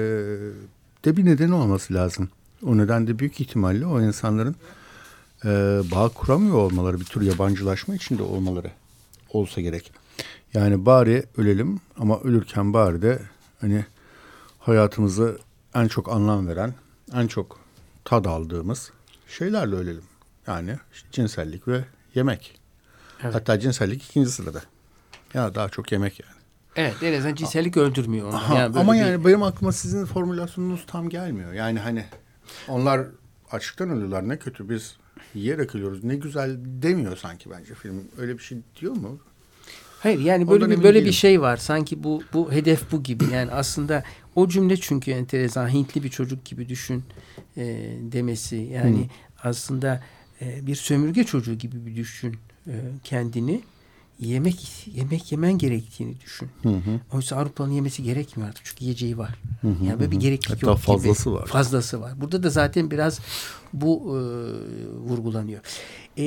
de bir nedeni olması lazım. O neden de büyük ihtimalle o insanların e, bağ kuramıyor olmaları, bir tür yabancılaşma içinde olmaları olsa gerek. Yani bari ölelim ama ölürken bari de hani hayatımızı en çok anlam veren, en çok tad aldığımız şeylerle ölelim. Yani işte cinsellik ve yemek. Evet. Hatta cinsellik ikinci sırada. Ya daha çok yemek yani. Evet, en azından cinsellik öldürmüyor onu. Aha, yani ama bir... yani benim aklıma sizin formülasyonunuz tam gelmiyor. Yani hani onlar açlıktan ölüyorlar ne kötü biz yiyerek ölüyoruz ne güzel demiyor sanki bence film. Öyle bir şey diyor mu? Hayır yani böyle bir böyle bir şey var. Sanki bu bu hedef bu gibi. Yani aslında o cümle çünkü enteresan. Hintli bir çocuk gibi düşün e, demesi. Yani hmm. aslında e, bir sömürge çocuğu gibi bir düşün e, kendini. Yemek yemek yemen gerektiğini düşün. Hı hı. Oysa Avrupa'nın yemesi gerekmiyor artık. Çünkü yiyeceği var. Hı hı, yani böyle bir gereklilik hatta yok fazlası gibi. var. Fazlası var. Burada da zaten biraz bu e, vurgulanıyor. E,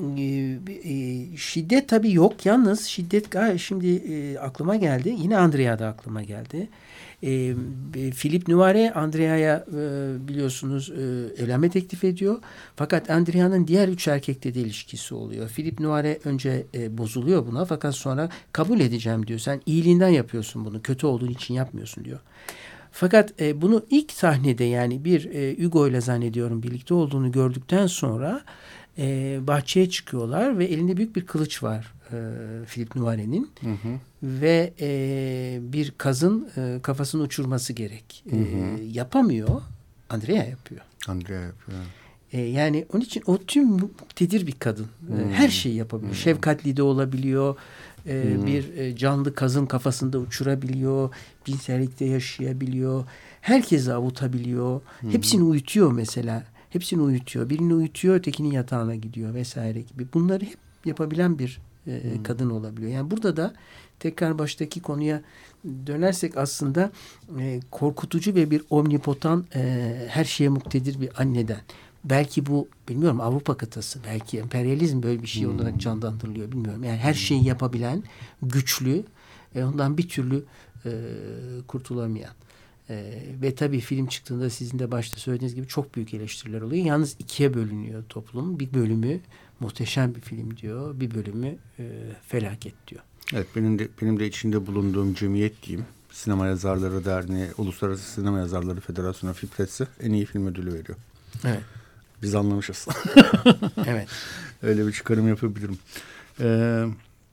e, şiddet tabii yok. Yalnız şiddet gayet şimdi e, aklıma geldi. Yine Andrea'da aklıma geldi. E, Philippe Noiret Andrea'ya e, biliyorsunuz e, evlenme teklif ediyor. Fakat Andrea'nın diğer üç erkekle de ilişkisi oluyor. Philippe Noiret önce e, bozuluyor buna fakat sonra kabul edeceğim diyor. Sen iyiliğinden yapıyorsun bunu. Kötü olduğun için yapmıyorsun diyor. Fakat e, bunu ilk sahnede yani bir e, Hugo ile zannediyorum birlikte olduğunu gördükten sonra e, bahçeye çıkıyorlar ve elinde büyük bir kılıç var e, Philippe Noiret'in ve e, bir kazın e, kafasını uçurması gerek. Hı hı. E, yapamıyor. Andrea yapıyor. Andrea yapıyor. E, yani onun için o tüm muktedir bir kadın. Hmm. E, her şeyi yapabiliyor. Hmm. Şefkatli de olabiliyor. E, hmm. Bir e, canlı kazın kafasında uçurabiliyor. Cinsellikte yaşayabiliyor. Herkesi avutabiliyor. Hmm. Hepsini uyutuyor mesela. Hepsini uyutuyor. Birini uyutuyor, ötekinin yatağına gidiyor vesaire gibi. Bunları hep yapabilen bir e, hmm. kadın olabiliyor. Yani burada da tekrar baştaki konuya dönersek aslında e, korkutucu ve bir omnipotan e, her şeye muktedir bir anneden. Belki bu bilmiyorum Avrupa kıtası, belki emperyalizm böyle bir şey hmm. olarak canlandırılıyor bilmiyorum. Yani her şeyi yapabilen, güçlü, e, ondan bir türlü e, kurtulamayan. E, ve tabii film çıktığında sizin de başta söylediğiniz gibi çok büyük eleştiriler oluyor. Yalnız ikiye bölünüyor toplum. Bir bölümü muhteşem bir film diyor, bir bölümü e, felaket diyor. Evet, benim de benim de içinde bulunduğum cemiyet diyeyim. Sinema Yazarları Derneği, Uluslararası Sinema Yazarları Federasyonu Fipresi en iyi film ödülü veriyor. Evet. Biz anlamışız. Evet. Öyle bir çıkarım yapabilirim. Ee,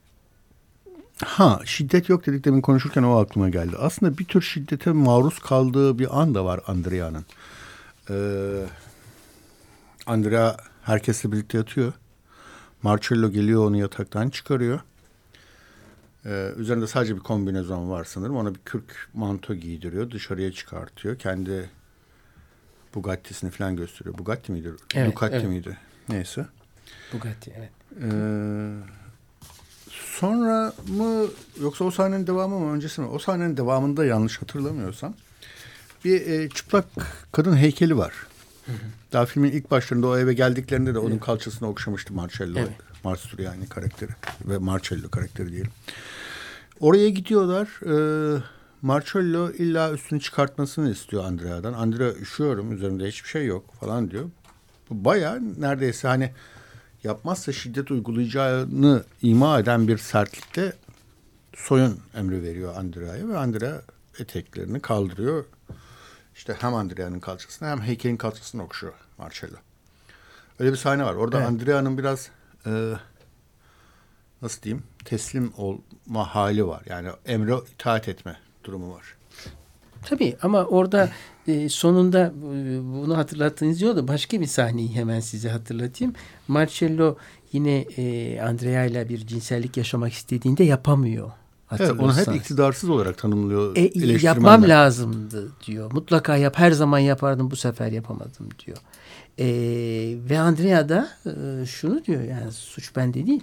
ha şiddet yok dedik demin konuşurken o aklıma geldi. Aslında bir tür şiddete maruz kaldığı bir an da var Andrea'nın. Ee, Andrea herkesle birlikte yatıyor. Marcello geliyor onu yataktan çıkarıyor. Ee, üzerinde sadece bir kombinezon var sanırım. Ona bir kürk manto giydiriyor. Dışarıya çıkartıyor. Kendi Bugatti'sini falan gösteriyor. Bugatti miydi? Evet, Ducati evet. miydi? Neyse. Bugatti, evet. Ee, sonra mı yoksa o sahnenin devamı mı öncesi mi? O sahnenin devamında yanlış hatırlamıyorsam bir e, çıplak kadın heykeli var. Hı hı. Daha filmin ilk başlarında o eve geldiklerinde de onun evet. kalçasını okşamıştı Marcello. Evet. Mastroianni karakteri ve Marcello karakteri diyelim. Oraya gidiyorlar. Ee, Marcello illa üstünü çıkartmasını istiyor Andrea'dan. Andrea üşüyorum, üzerimde hiçbir şey yok falan diyor. Bu bayağı neredeyse hani yapmazsa şiddet uygulayacağını ima eden bir sertlikte soyun emri veriyor Andrea'ya ve Andrea eteklerini kaldırıyor. İşte hem Andrea'nın kalçasını hem heykelin kalçasını okşuyor Marcello. Öyle bir sahne var. Orada evet. Andrea'nın biraz e, nasıl diyeyim teslim olma hali var. Yani emre itaat etme durumu var. Tabii ama orada e, sonunda e, bunu hatırlattığınız yolda başka bir sahneyi hemen size hatırlatayım. Marcello yine e, Andrea ile bir cinsellik yaşamak istediğinde yapamıyor. Evet, onu hep iktidarsız olarak tanımlıyor e, eleştirmenler. Yapmam lazımdı diyor. Mutlaka yap, her zaman yapardım, bu sefer yapamadım diyor. E, ve Andrea da e, şunu diyor, yani suç bende değil.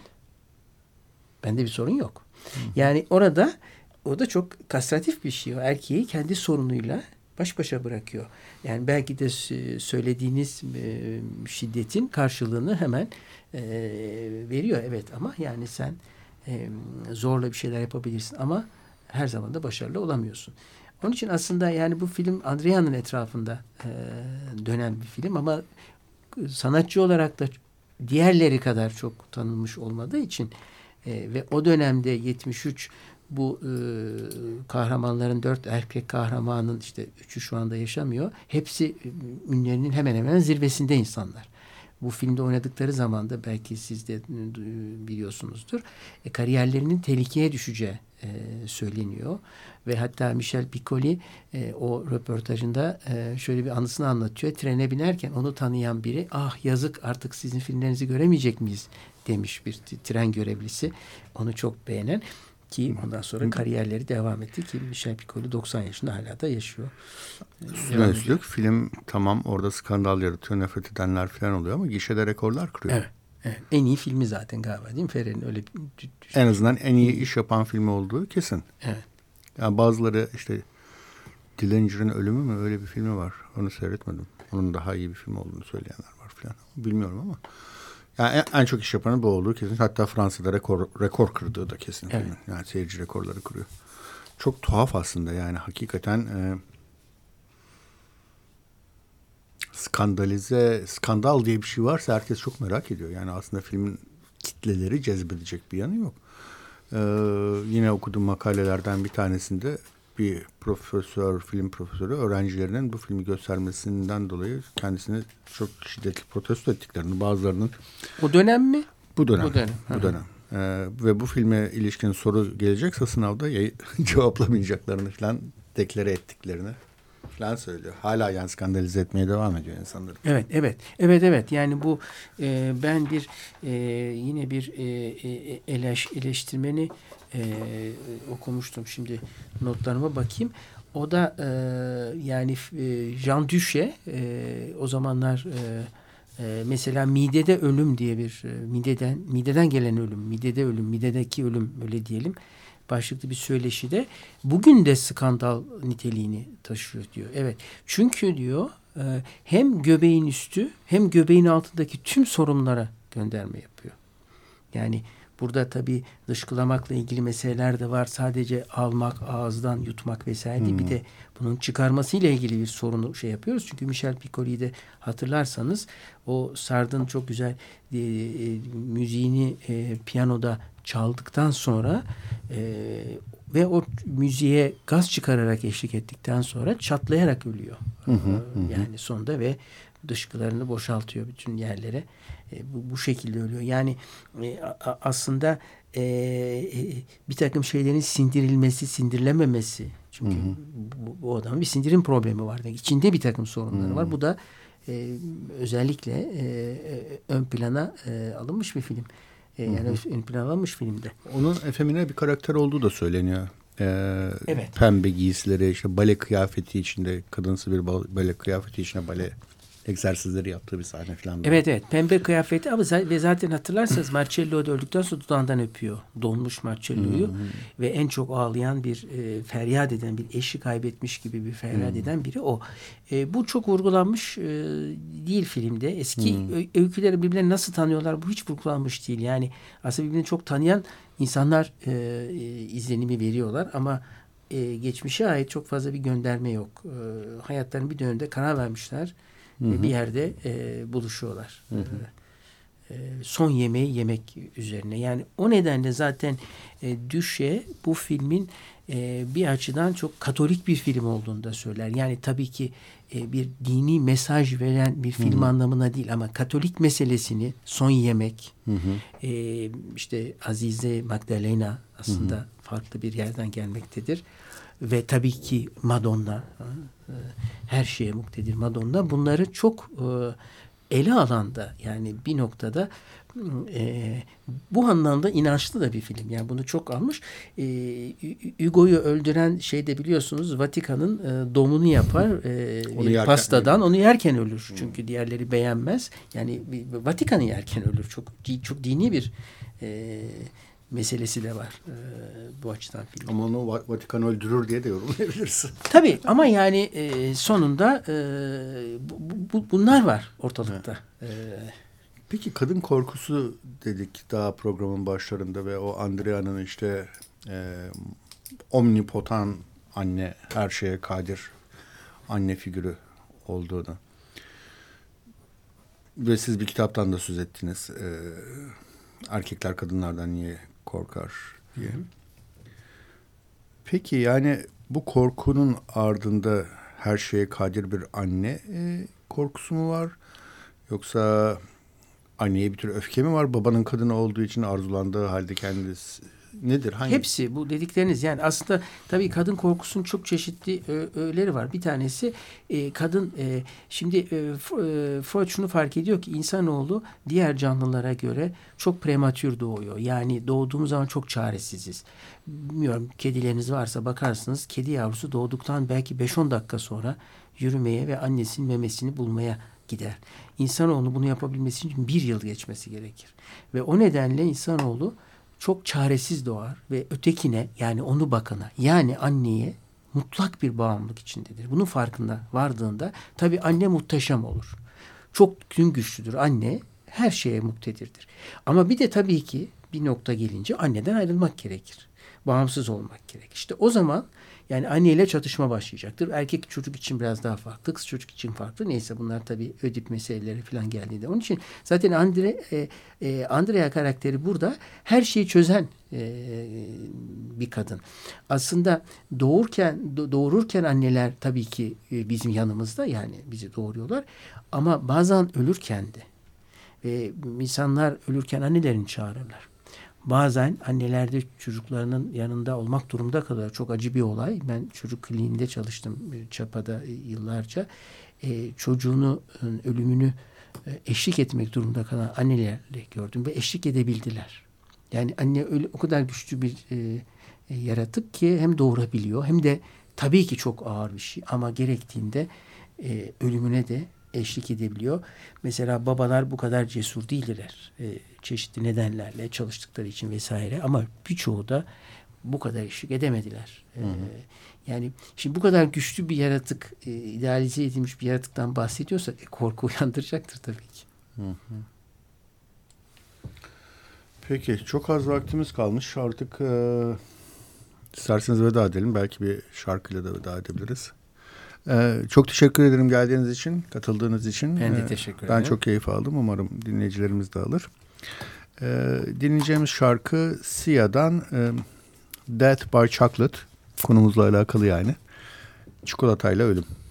Bende bir sorun yok. Hı. Yani orada o da çok kastratif bir şey. O erkeği kendi sorunuyla baş başa bırakıyor. Yani belki de söylediğiniz e, şiddetin karşılığını hemen e, veriyor. Evet, ama yani sen e, zorla bir şeyler yapabilirsin ama her zaman da başarılı olamıyorsun. Onun için aslında yani bu film Andrea'nın etrafında e, dönen bir film ama sanatçı olarak da diğerleri kadar çok tanınmış olmadığı için e, ve o dönemde yetmiş üç bu e, kahramanların dört erkek kahramanın işte üçü şu anda yaşamıyor. Hepsi e, ünlerinin hemen hemen zirvesinde insanlar. Bu filmde oynadıkları zaman da belki siz de e, biliyorsunuzdur. E, kariyerlerinin tehlikeye düşeceği e, söyleniyor. Ve hatta Michel Piccoli e, o röportajında e, şöyle bir anısını anlatıyor. Trene binerken onu tanıyan biri, ah yazık artık sizin filmlerinizi göremeyecek miyiz demiş bir tren görevlisi. Onu çok beğenen. Ki ondan sonra kariyerleri devam etti ki Michel Piccoli doksan yaşında hala da yaşıyor. Üstüne üstlük film tamam orada skandal yaratıyor, nefret edenler falan oluyor ama gişede rekorlar kırıyor. Evet, evet. En iyi filmi zaten galiba değil mi Ferrer'in öyle bir... En azından en iyi iş yapan filmi olduğu kesin. Evet. Yani bazıları işte Dillinger'ın Ölümü mü öyle bir filmi var. Onu seyretmedim. Onun daha iyi bir film olduğunu söyleyenler var falan. Bilmiyorum ama. Yani en, en çok iş yapanı bu olduğu kesin. Hatta Fransa'da rekor rekor kırdığı da kesin. Evet. Filmin. Yani seyirci rekorları kırıyor. Çok tuhaf aslında yani hakikaten e, skandalize, skandal diye bir şey varsa herkes çok merak ediyor. Yani aslında filmin kitleleri cezbedecek bir yanı yok. Ee, yine okuduğum makalelerden bir tanesinde bir profesör, film profesörü öğrencilerinin bu filmi göstermesinden dolayı kendisini çok şiddetli protesto ettiklerini, bazılarının... O dönem mi? Bu dönem. Bu dönem. Bu dönem. Ee, ve bu filme ilişkin soru gelecekse sınavda cevaplamayacaklarını falan deklare ettiklerini falan söylüyor. Hala yani skandalize etmeye devam ediyor insanları. Evet, evet. Evet, evet. Yani bu e, ben bir e, yine bir e, eleş, eleştirmeni e, okumuştum. Şimdi notlarıma bakayım. O da e, yani e, Jean Duché e, o zamanlar e, e, mesela midede ölüm diye bir e, mideden mideden gelen ölüm, midede ölüm, midedeki ölüm öyle diyelim. Başlıklı bir söyleşide bugün de skandal niteliğini taşıyor diyor. Evet. Çünkü diyor hem göbeğin üstü hem göbeğin altındaki tüm sorunlara gönderme yapıyor. Yani burada tabii dışkılamakla ilgili meseleler de var. Sadece almak, ağızdan yutmak vesaire değil. Hmm. Bir de bunun çıkarmasıyla ilgili bir sorunu şey yapıyoruz. Çünkü Michel Piccoli'yi de hatırlarsanız o Sard'ın çok güzel e, e, müziğini e, piyanoda çaldıktan sonra e, ve o müziğe gaz çıkararak eşlik ettikten sonra çatlayarak ölüyor. Hı hı, hı. Yani sonunda ve dışkılarını boşaltıyor bütün yerlere. E, bu, bu şekilde ölüyor. Yani e, a, aslında e, e, bir takım şeylerin sindirilmesi, sindirilememesi. Çünkü hı hı. Bu, bu adamın bir sindirim problemi var. İçinde bir takım sorunları hı. var. Bu da e, özellikle e, ön plana e, alınmış bir film. Yani hı hı. ön plana alınmış filmde. Onun efemine bir karakter olduğu da söyleniyor. Ee, evet. Pembe giysileri, işte bale kıyafeti içinde, kadınsı bir bale kıyafeti içinde bale egzersizleri yaptığı bir sahne falan. Evet evet. Pembe kıyafeti ama ve zaten hatırlarsanız Marcello da öldükten sonra dudağından öpüyor. Donmuş Marcello'yu hmm. ve en çok ağlayan bir e, feryat eden, bir eşi kaybetmiş gibi bir feryat hmm. eden biri o. E, bu çok vurgulanmış e, değil filmde. Eski hmm. öyküleri birbirlerini nasıl tanıyorlar bu hiç vurgulanmış değil. Yani aslında birbirini çok tanıyan insanlar e, e, izlenimi veriyorlar ama e, geçmişe ait çok fazla bir gönderme yok. E, hayatlarının bir dönemde karar vermişler. Hı hı. bir yerde e, buluşuyorlar. Hı hı. E, son yemeği yemek üzerine. Yani o nedenle zaten e, Düşe bu filmin e, bir açıdan çok Katolik bir film olduğunu da söyler. Yani tabii ki e, bir dini mesaj veren bir film Hı hı. anlamına değil ama Katolik meselesini son yemek, Hı hı. e, işte Azize Magdalena aslında Hı hı. farklı bir yerden gelmektedir. Ve tabii ki Madonna, e, her şeye muktedir Madonna. Bunları çok e, ele alanda, yani bir noktada e, bu anlamda inançlı da bir film. Yani bunu çok almış. E, Hugo'yu öldüren şey de biliyorsunuz, Vatikan'ın e, domunu yapar e, Onu bir yerken- pastadan. Onu yerken ölür. Çünkü diğerleri beğenmez. Yani bir- Vatikan'ı yerken ölür. Çok çok dini bir e, meselesi de var e, bu açıdan film. Ama onu Va- Vatikan öldürür diye de yorumlayabilirsin. Tabii ama yani e, sonunda e, bu, bu, bunlar var ortalıkta. E, Peki kadın korkusu dedik daha programın başlarında ve o Andrea'nın işte e, omnipotan anne, her şeye kadir anne figürü olduğunu. Ve siz bir kitaptan da söz ettiniz. E, erkekler kadınlardan niye korkar diye. Peki yani bu korkunun ardında her şeye kadir bir anne e, korkusu mu var? Yoksa anneye bir tür öfke mi var? Babanın kadını olduğu için arzulandığı halde kendisi nedir? Hangi? Hepsi bu dedikleriniz, yani aslında tabii kadın korkusunun çok çeşitli ö, öğeleri var. Bir tanesi e, kadın e, şimdi e, F- e, Freud şunu fark ediyor ki insanoğlu diğer canlılara göre çok prematür doğuyor. Yani doğduğumuz zaman çok çaresiziz. Bilmiyorum, kedileriniz varsa bakarsınız, kedi yavrusu doğduktan belki beş on dakika sonra yürümeye ve annesinin memesini bulmaya gider. İnsanoğlu bunu yapabilmesi için bir yıl geçmesi gerekir. Ve o nedenle insanoğlu çok çaresiz doğar ve ötekine, yani onu bakana, yani anneye mutlak bir bağımlılık içindedir. Bunun farkında vardığında tabii anne muhteşem olur. Çok gün güçlüdür anne, her şeye muktedirdir. Ama bir de tabii ki bir nokta gelince anneden ayrılmak gerekir. Bağımsız olmak gerek. İşte o zaman yani anneyle çatışma başlayacaktır. Erkek çocuk için biraz daha farklı, kız çocuk için farklı. Neyse, bunlar tabii ödip meseleleri falan geldiğinde. Onun için zaten Andre, e, e, Andrea karakteri burada her şeyi çözen e, bir kadın. Aslında doğurken doğururken anneler tabii ki e, bizim yanımızda, yani bizi doğuruyorlar. Ama bazen ölürken de ve insanlar ölürken annelerini çağırırlar. Bazen anneler de çocuklarının yanında olmak durumunda kalıyor. Çok acı bir olay. Ben çocuk kliniğinde çalıştım Çapa'da yıllarca. E, çocuğunu ölümünü e, eşlik etmek durumunda kalan annelerle gördüm ve eşlik edebildiler. Yani anne öyle o kadar güçlü bir e, e, yaratık ki hem doğurabiliyor hem de tabii ki çok ağır bir şey ama gerektiğinde e, ölümüne de eşlik edebiliyor. Mesela babalar bu kadar cesur değildiler. E, çeşitli nedenlerle çalıştıkları için vesaire, ama birçoğu da bu kadar eşlik edemediler. E, hı hı. Yani şimdi bu kadar güçlü bir yaratık, e, idealize edilmiş bir yaratıktan bahsediyorsak e, korku uyandıracaktır tabii ki. Hı hı. Peki, çok az vaktimiz kalmış. Artık e, isterseniz veda edelim. Belki bir şarkıyla da veda edebiliriz. Ee, çok teşekkür ederim geldiğiniz için, katıldığınız için. Ben de teşekkür ederim. Ben çok keyif aldım. Umarım dinleyicilerimiz de alır. Ee, dinleyeceğimiz şarkı Sia'dan e, Death by Chocolate. Konumuzla alakalı yani. Çikolatayla ölüm.